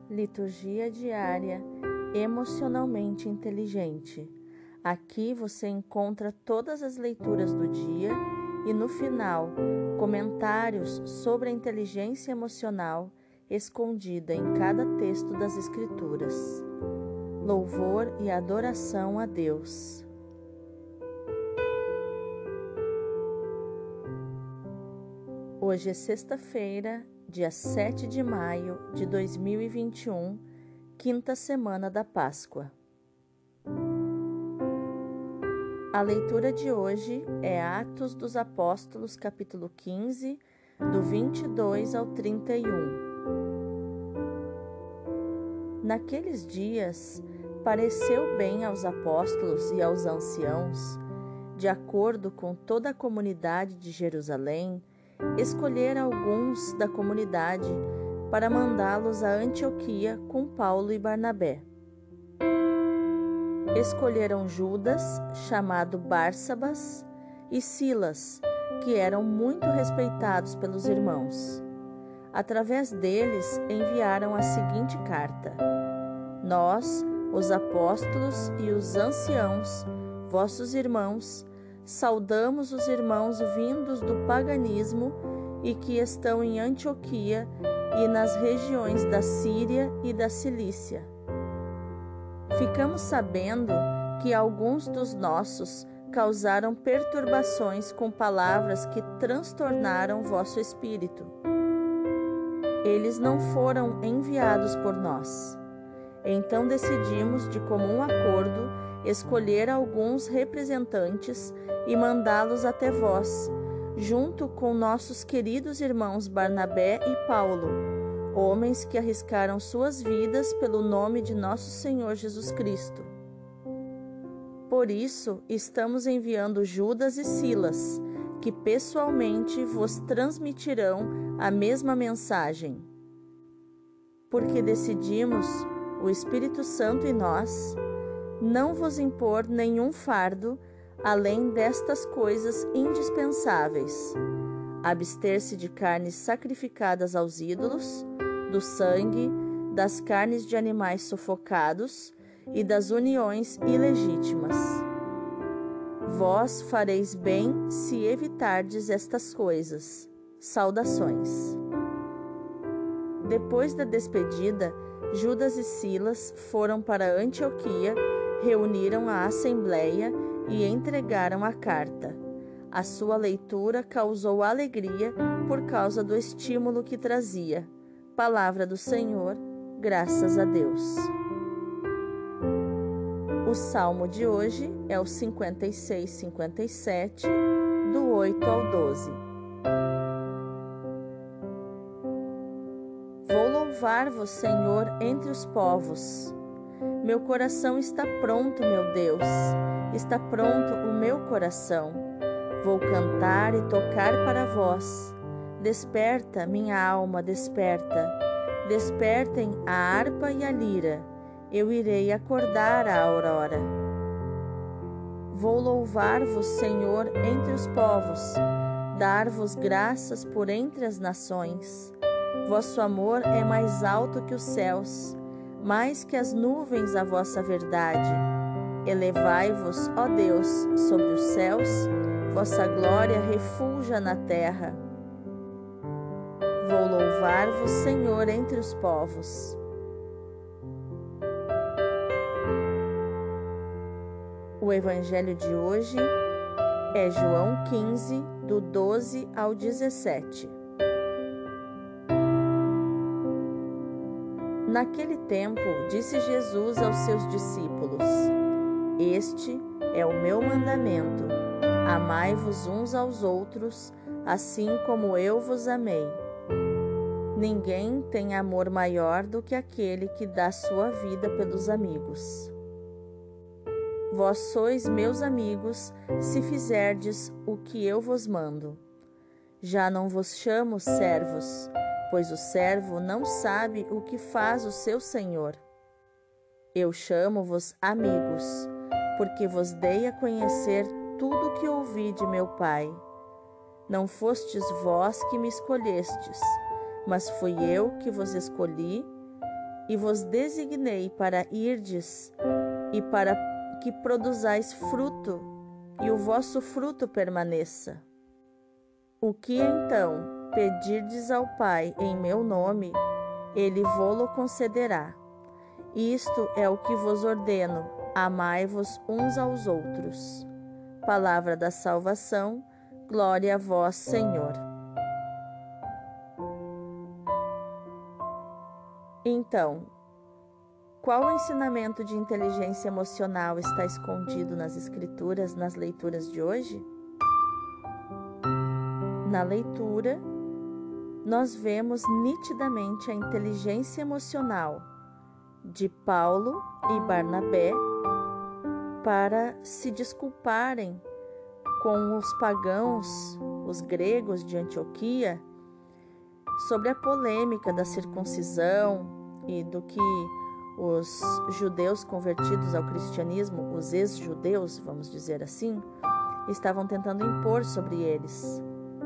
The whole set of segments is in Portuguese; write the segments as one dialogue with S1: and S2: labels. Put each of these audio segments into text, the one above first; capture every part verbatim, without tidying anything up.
S1: Liturgia diária emocionalmente inteligente. Aqui você encontra todas as leituras do dia e, no final, comentários sobre a inteligência emocional escondida em cada texto das Escrituras. Louvor e adoração a Deus. Hoje é sexta-feira, dia sete de maio de dois mil e vinte e um, quinta semana da Páscoa. A leitura de hoje é Atos dos Apóstolos, capítulo quinze, do vinte e dois ao trinta e um. Naqueles dias, pareceu bem aos apóstolos e aos anciãos, de acordo com toda a comunidade de Jerusalém, escolher alguns da comunidade para mandá-los a Antioquia com Paulo e Barnabé. Escolheram Judas, chamado Barsabas, e Silas, que eram muito respeitados pelos irmãos. Através deles enviaram a seguinte carta: Nós, os apóstolos e os anciãos, vossos irmãos, saudamos os irmãos vindos do paganismo e que estão em Antioquia e nas regiões da Síria e da Cilícia. Ficamos sabendo que alguns dos nossos causaram perturbações com palavras que transtornaram vosso espírito. Eles não foram enviados por nós. Então decidimos, de comum acordo, escolher alguns representantes e mandá-los até vós, junto com nossos queridos irmãos Barnabé e Paulo, homens que arriscaram suas vidas pelo nome de nosso Senhor Jesus Cristo. Por isso, estamos enviando Judas e Silas, que pessoalmente vos transmitirão a mesma mensagem. Porque decidimos, o Espírito Santo e nós, não vos impor nenhum fardo, além destas coisas indispensáveis: abster-se de carnes sacrificadas aos ídolos, do sangue, das carnes de animais sufocados e das uniões ilegítimas. Vós fareis bem se evitardes estas coisas. Saudações. Depois da despedida, Judas e Silas foram para Antioquia, reuniram a assembleia e entregaram a carta. A sua leitura causou alegria por causa do estímulo que trazia. Palavra do Senhor, graças a Deus. O salmo de hoje é o cinquenta e seis, cinquenta e sete, do oito ao doze. Vou louvar-vos, Senhor, entre os povos. Meu coração está pronto, meu Deus, está pronto o meu coração. Vou cantar e tocar para vós. Desperta, minha alma, desperta. Despertem a harpa e a lira. Eu irei acordar a aurora. Vou louvar-vos, Senhor, entre os povos, dar-vos graças por entre as nações. Vosso amor é mais alto que os céus, mais que as nuvens a vossa verdade. Elevai-vos, ó Deus, sobre os céus, vossa glória refulja na terra. Vou louvar-vos, Senhor, entre os povos. O evangelho de hoje é João quinze, do doze ao dezessete. Naquele tempo, disse Jesus aos seus discípulos: Este é o meu mandamento: amai-vos uns aos outros, assim como eu vos amei. Ninguém tem amor maior do que aquele que dá sua vida pelos amigos. Vós sois meus amigos, se fizerdes o que eu vos mando. Já não vos chamo servos, pois o servo não sabe o que faz o seu senhor. Eu chamo-vos amigos, porque vos dei a conhecer tudo o que ouvi de meu Pai. Não fostes vós que me escolhestes, mas fui eu que vos escolhi e vos designei para irdes e para que produzais fruto, e o vosso fruto permaneça. O que então pedirdes ao Pai em meu nome, ele vô-lo concederá. Isto é o que vos ordeno, amai-vos uns aos outros. Palavra da salvação, glória a vós, Senhor. Então, qual o ensinamento de inteligência emocional está escondido nas Escrituras, nas leituras de hoje? Na leitura, nós vemos nitidamente a inteligência emocional de Paulo e Barnabé para se desculparem com os pagãos, os gregos de Antioquia, sobre a polêmica da circuncisão e do que os judeus convertidos ao cristianismo, os ex-judeus, vamos dizer assim, estavam tentando impor sobre eles.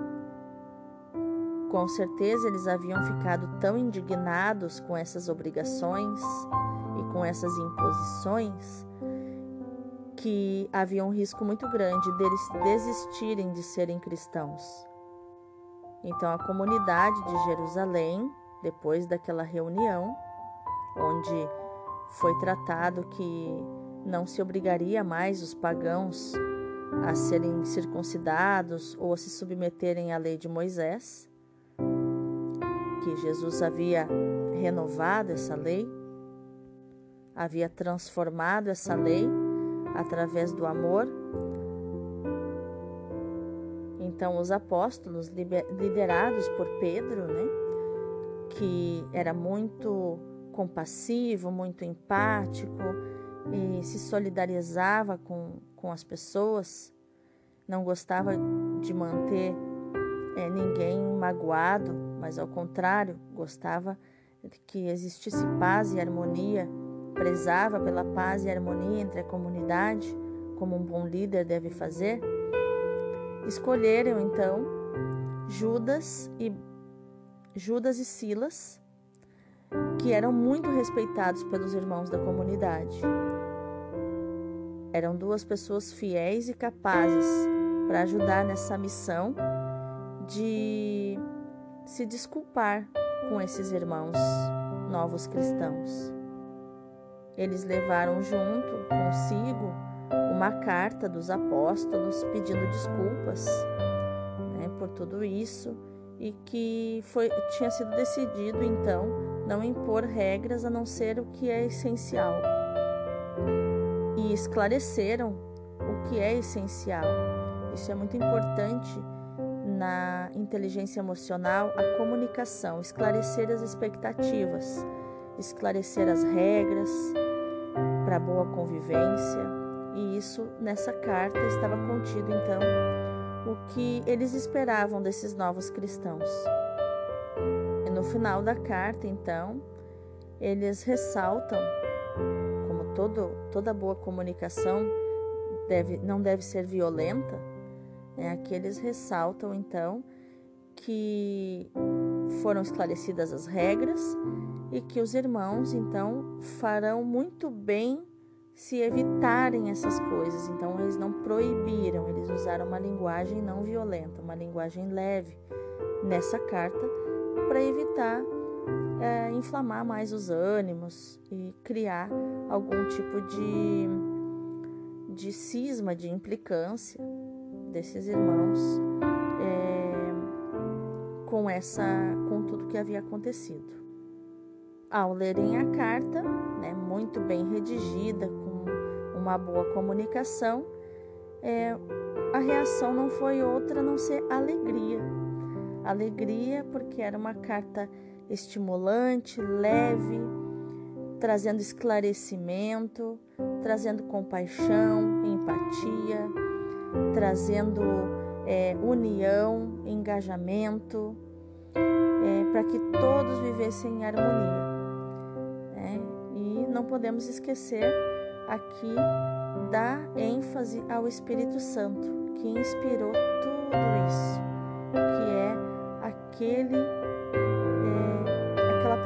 S1: Com certeza eles haviam ficado tão indignados com essas obrigações e com essas imposições que havia um risco muito grande deles desistirem de serem cristãos. Então a comunidade de Jerusalém, depois daquela reunião, onde foi tratado que não se obrigaria mais os pagãos a serem circuncidados ou a se submeterem à lei de Moisés, que Jesus havia renovado essa lei, havia transformado essa lei através do amor. Então os apóstolos, liderados por Pedro, né, que era muito compassivo, muito empático e se solidarizava com, com as pessoas, não gostava de manter é, ninguém magoado, mas ao contrário, gostava de que existisse paz e harmonia, prezava pela paz e harmonia entre a comunidade, como um bom líder deve fazer. Escolheram então Judas e, Judas e Silas, que eram muito respeitados pelos irmãos da comunidade. Eram duas pessoas fiéis e capazes para ajudar nessa missão de se desculpar com esses irmãos novos cristãos. Eles levaram junto consigo uma carta dos apóstolos pedindo desculpas, né, por tudo isso, e que foi, tinha sido decidido então não impor regras a não ser o que é essencial. E esclareceram o que é essencial. Isso é muito importante na inteligência emocional, a comunicação, esclarecer as expectativas, esclarecer as regras para a boa convivência. E isso, nessa carta, estava contido então o que eles esperavam desses novos cristãos. E no final da carta, então, eles ressaltam, como todo, toda boa comunicação deve, não deve ser violenta, né? Aqui eles ressaltam, então, que foram esclarecidas as regras e que os irmãos, então, farão muito bem se evitarem essas coisas. Então, eles não proibiram, eles usaram uma linguagem não violenta, uma linguagem leve nessa carta, para evitar é, inflamar mais os ânimos e criar algum tipo de, de cisma, de implicância desses irmãos é, com, essa, com tudo que havia acontecido. Ao lerem a carta, né, muito bem redigida, com uma boa comunicação, é, a reação não foi outra a não ser alegria. Alegria porque era uma carta estimulante, leve, trazendo esclarecimento, trazendo compaixão, empatia, trazendo é, união, engajamento, é, para que todos vivessem em harmonia. É, e não podemos esquecer aqui da ênfase ao Espírito Santo, que inspirou tudo isso, que é aquele, é, aquela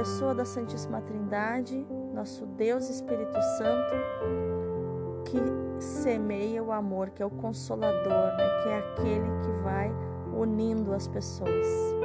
S1: pessoa da Santíssima Trindade, nosso Deus Espírito Santo, que semeia o amor, que é o Consolador, né? Que é aquele que vai unindo as pessoas.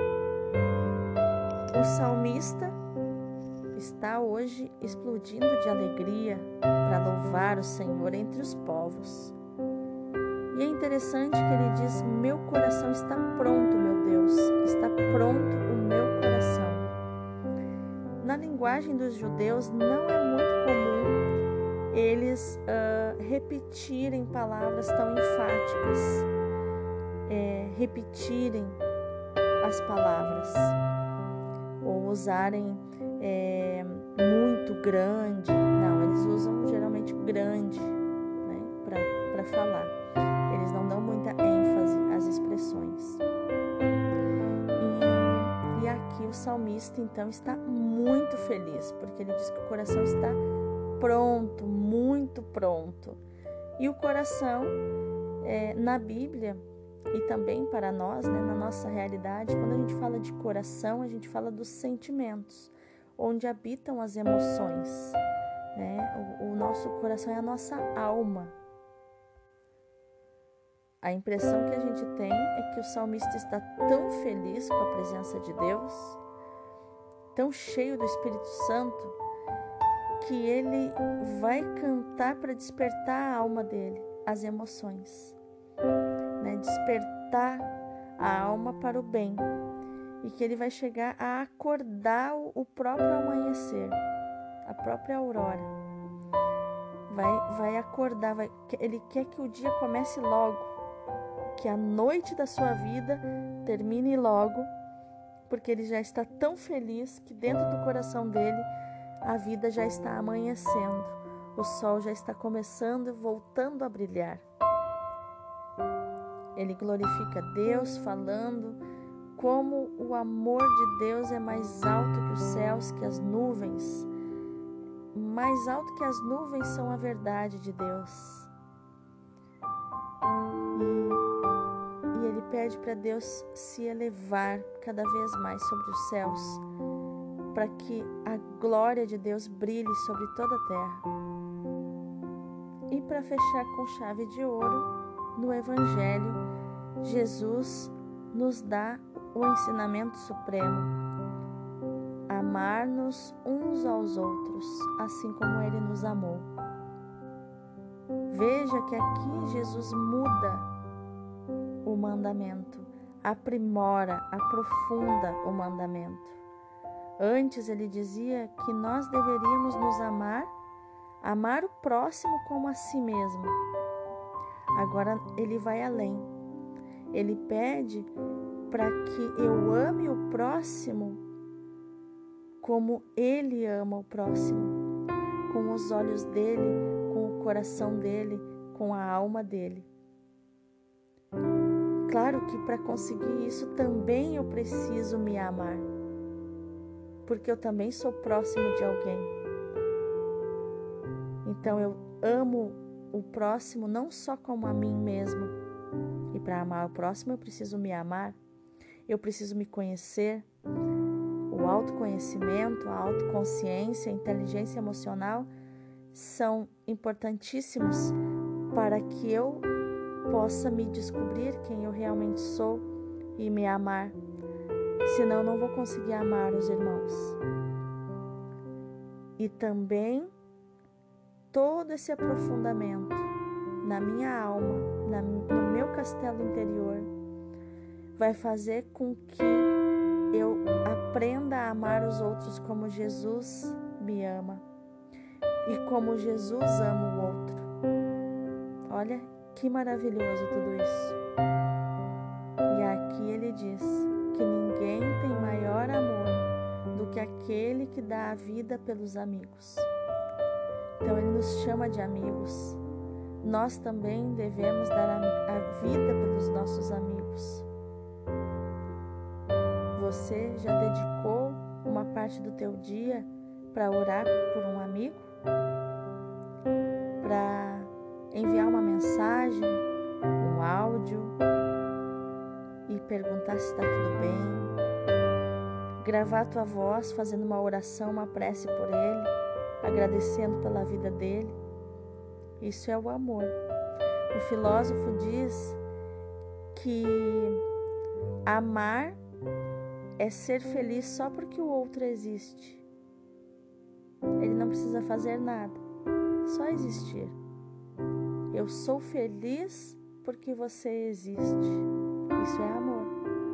S1: O salmista está hoje explodindo de alegria para louvar o Senhor entre os povos. E é interessante que ele diz: meu coração está pronto, meu Deus, está pronto o meu coração. Na linguagem dos judeus não é muito comum eles uh, repetirem palavras tão enfáticas, é, repetirem as palavras, ou usarem é, muito grande. Não, eles usam geralmente grande, né, para falar. Eles não dão muita ênfase às expressões. E, e aqui o salmista, então, está muito feliz, porque ele diz que o coração está pronto, muito pronto. E o coração, é, na Bíblia, e também para nós, né, na nossa realidade, quando a gente fala de coração, a gente fala dos sentimentos, onde habitam as emoções, né? O, o nosso coração é a nossa alma. A impressão que a gente tem é que o salmista está tão feliz com a presença de Deus, tão cheio do Espírito Santo, que ele vai cantar para despertar a alma dele, as emoções, né? Despertar a alma para o bem, e que ele vai chegar a acordar o próprio amanhecer, a própria aurora. Vai, vai acordar, vai, ele quer que o dia comece logo, que a noite da sua vida termine logo, porque ele já está tão feliz que dentro do coração dele a vida já está amanhecendo, o sol já está começando e voltando a brilhar. Ele glorifica Deus, falando como o amor de Deus é mais alto que os céus, que as nuvens. Mais alto que as nuvens são a verdade de Deus. E, e ele pede para Deus se elevar cada vez mais sobre os céus, para que a glória de Deus brilhe sobre toda a terra. E para fechar com chave de ouro, no Evangelho, Jesus nos dá o ensinamento supremo: amar-nos uns aos outros, assim como Ele nos amou. Veja que aqui Jesus muda o mandamento, aprimora, aprofunda o mandamento. Antes ele dizia que nós deveríamos nos amar, amar o próximo como a si mesmo. Agora ele vai além. Ele pede para que eu ame o próximo como ele ama o próximo, com os olhos dele, com o coração dele, com a alma dele. Claro que para conseguir isso também eu preciso me amar, porque eu também sou próximo de alguém. Então eu amo o próximo não só como a mim mesmo. E para amar o próximo eu preciso me amar, eu preciso me conhecer. O autoconhecimento, a autoconsciência, a inteligência emocional são importantíssimos para que eu possa me descobrir quem eu realmente sou e me amar. Senão não vou conseguir amar os irmãos. E também todo esse aprofundamento na minha alma, na, no meu castelo interior, vai fazer com que eu aprenda a amar os outros como Jesus me ama e como Jesus ama o outro. Olha que maravilhoso tudo isso. E aqui ele diz que ninguém tem maior amor do que aquele que dá a vida pelos amigos. Então ele nos chama de amigos. Nós também devemos dar a, a vida pelos nossos amigos. Você já dedicou uma parte do teu dia para orar por um amigo? Para enviar uma mensagem, um áudio e perguntar se está tudo bem? gravar a tua voz fazendo uma oração, uma prece por ele, agradecendo pela vida dele. Isso é o amor. O filósofo diz que amar é ser feliz só porque o outro existe. Ele não precisa fazer nada, só existir. Eu sou feliz porque você existe. Isso é amor.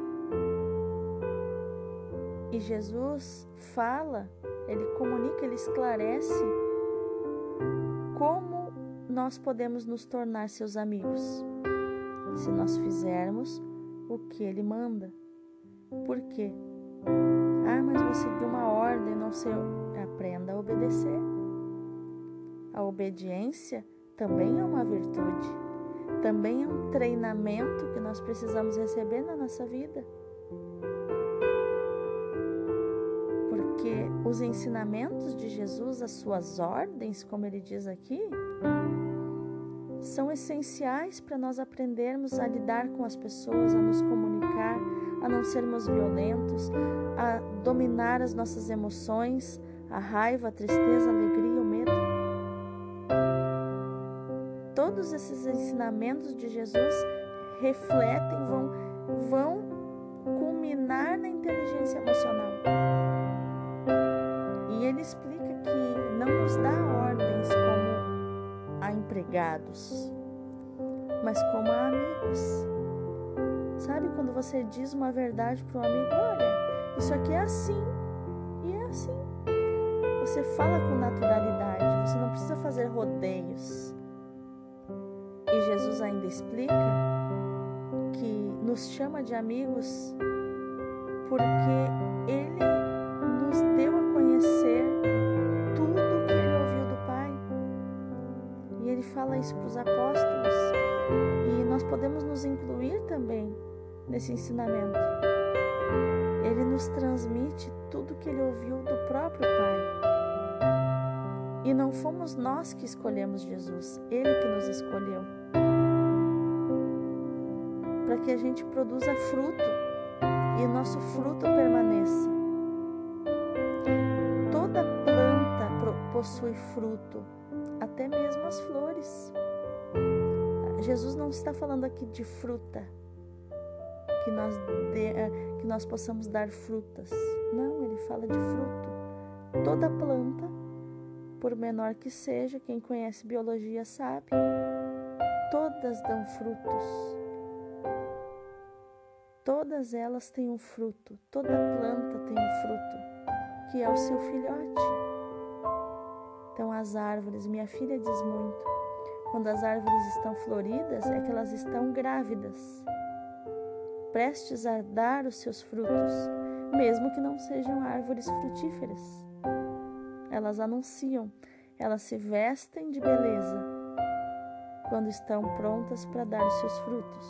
S1: E Jesus fala, ele comunica, ele esclarece como nós podemos nos tornar seus amigos, se nós fizermos o que ele manda. Por quê? Ah, mas vou seguir uma ordem, não sei. Aprenda a obedecer. A obediência também é uma virtude, também é um treinamento que nós precisamos receber na nossa vida. Porque os ensinamentos de Jesus, as suas ordens, como ele diz aqui, são essenciais para nós aprendermos a lidar com as pessoas, a nos comunicar, a não sermos violentos, a dominar as nossas emoções, a raiva, a tristeza, a alegria, o medo. Todos esses ensinamentos de Jesus refletem, vão, vão culminar na inteligência emocional. E ele explica que não nos dá ordens como a empregados, mas como a amigos. Sabe quando você diz uma verdade para um amigo, olha, isso aqui é assim, e é assim. Você fala com naturalidade, você não precisa fazer rodeios. E Jesus ainda explica que nos chama de amigos porque ele nos deu a conhecer tudo que ele ouviu do Pai. E ele fala isso para os apóstolos. E nós podemos nos incluir também nesse ensinamento. Ele nos transmite tudo que ele ouviu do próprio Pai. E não fomos nós que escolhemos Jesus, ele que nos escolheu. Para que a gente produza fruto e nosso fruto permaneça. Toda planta possui fruto, até mesmo as flores. Jesus não está falando aqui de fruta, que nós, de, que nós possamos dar frutas. Não, ele fala de fruto. Toda planta, por menor que seja, quem conhece biologia sabe, todas dão frutos. Todas elas têm um fruto, toda planta tem um fruto, que é o seu filhote. Então as árvores, minha filha diz muito, quando as árvores estão floridas, é que elas estão grávidas, prestes a dar os seus frutos, mesmo que não sejam árvores frutíferas. Elas anunciam, elas se vestem de beleza quando estão prontas para dar os seus frutos.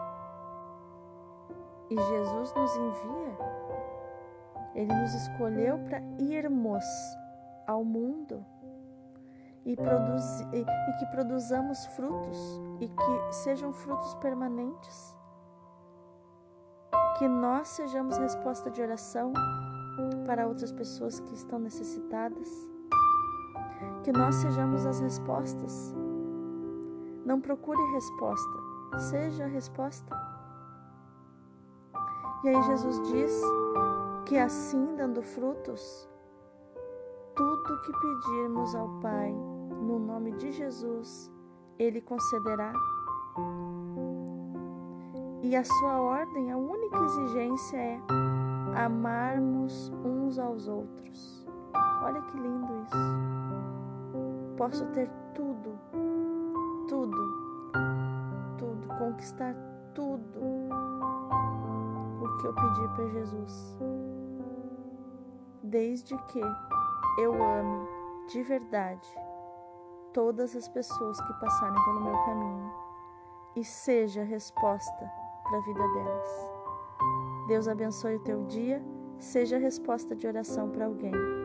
S1: E Jesus nos envia, ele nos escolheu para irmos ao mundo e, produzir, e, e que produzamos frutos e que sejam frutos permanentes. Que nós sejamos resposta de oração para outras pessoas que estão necessitadas. Que nós sejamos as respostas. Não procure resposta, seja a resposta. E aí Jesus diz que assim, dando frutos, tudo que pedirmos ao Pai, no nome de Jesus, Ele concederá. E a sua ordem, a única exigência é amarmos uns aos outros. Olha que lindo isso. Posso ter tudo, tudo, tudo, conquistar tudo o que eu pedi para Jesus, desde que eu ame de verdade todas as pessoas que passarem pelo meu caminho e seja resposta para a vida delas. Deus abençoe o teu dia, seja resposta de oração para alguém.